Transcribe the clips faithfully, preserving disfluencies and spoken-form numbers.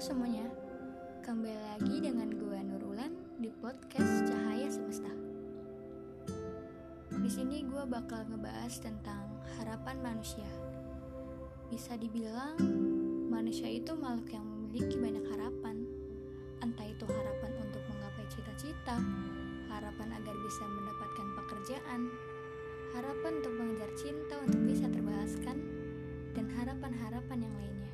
semuanya, kembali lagi dengan gue Nurulan di podcast Cahaya Semesta. Di sini gue bakal ngebahas tentang harapan manusia. Bisa dibilang manusia itu makhluk yang memiliki banyak harapan. Entah itu harapan untuk menggapai cita-cita, harapan agar bisa mendapatkan pekerjaan, harapan untuk mengejar cinta untuk bisa terbalaskan, dan harapan-harapan yang lainnya.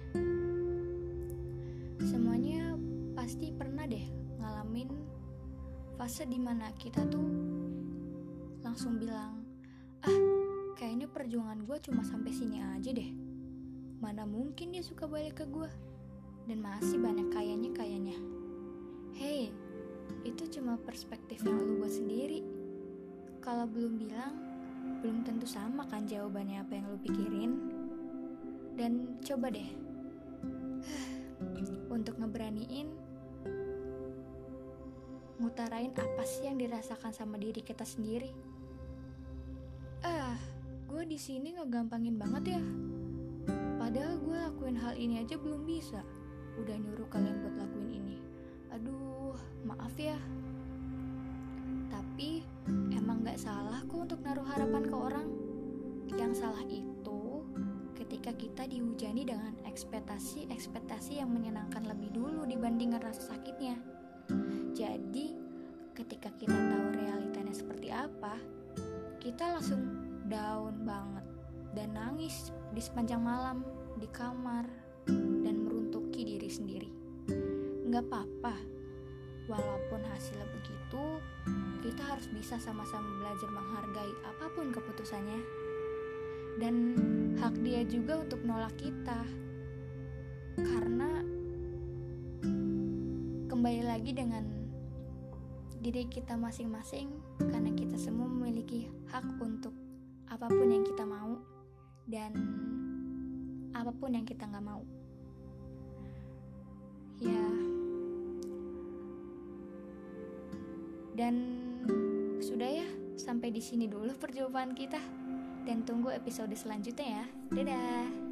Semuanya pasti pernah deh ngalamin fase dimana kita tuh langsung bilang, ah kayaknya perjuangan gue cuma sampai sini aja deh, mana mungkin dia suka balik ke gue, dan masih banyak kayaknya-kayaknya. Hey, itu cuma perspektif yang lu buat sendiri. Kalau belum bilang, belum tentu sama kan jawabannya apa yang lu pikirin. Dan coba deh untuk ngeberaniin ngutarain apa sih yang dirasakan sama diri kita sendiri. Ah, gue di sini ngegampangin banget ya. Padahal gue lakuin hal ini aja belum bisa. Udah nyuruh kalian buat lakuin ini. Aduh, maaf ya. Tapi emang gak salah kok untuk naruh harapan ke orang. Yang salah itu ketika kita dihujani dengan ekspektasi-ekspektasi yang menyenangkan lebih dulu dibandingkan rasa sakitnya. Jadi, ketika kita tahu realitanya seperti apa, kita langsung down banget dan nangis di sepanjang malam di kamar dan meruntuki diri sendiri. Nggak apa-apa, walaupun hasilnya begitu, kita harus bisa sama-sama belajar menghargai apapun keputusannya. Dan hak dia juga untuk nolak kita. Karena kembali lagi dengan diri kita masing-masing, karena kita semua memiliki hak untuk apapun yang kita mau dan apapun yang kita gak mau. Ya. Dan sudah ya, sampai di sini dulu perjumpaan kita. Dan tunggu episode selanjutnya ya. Dadah.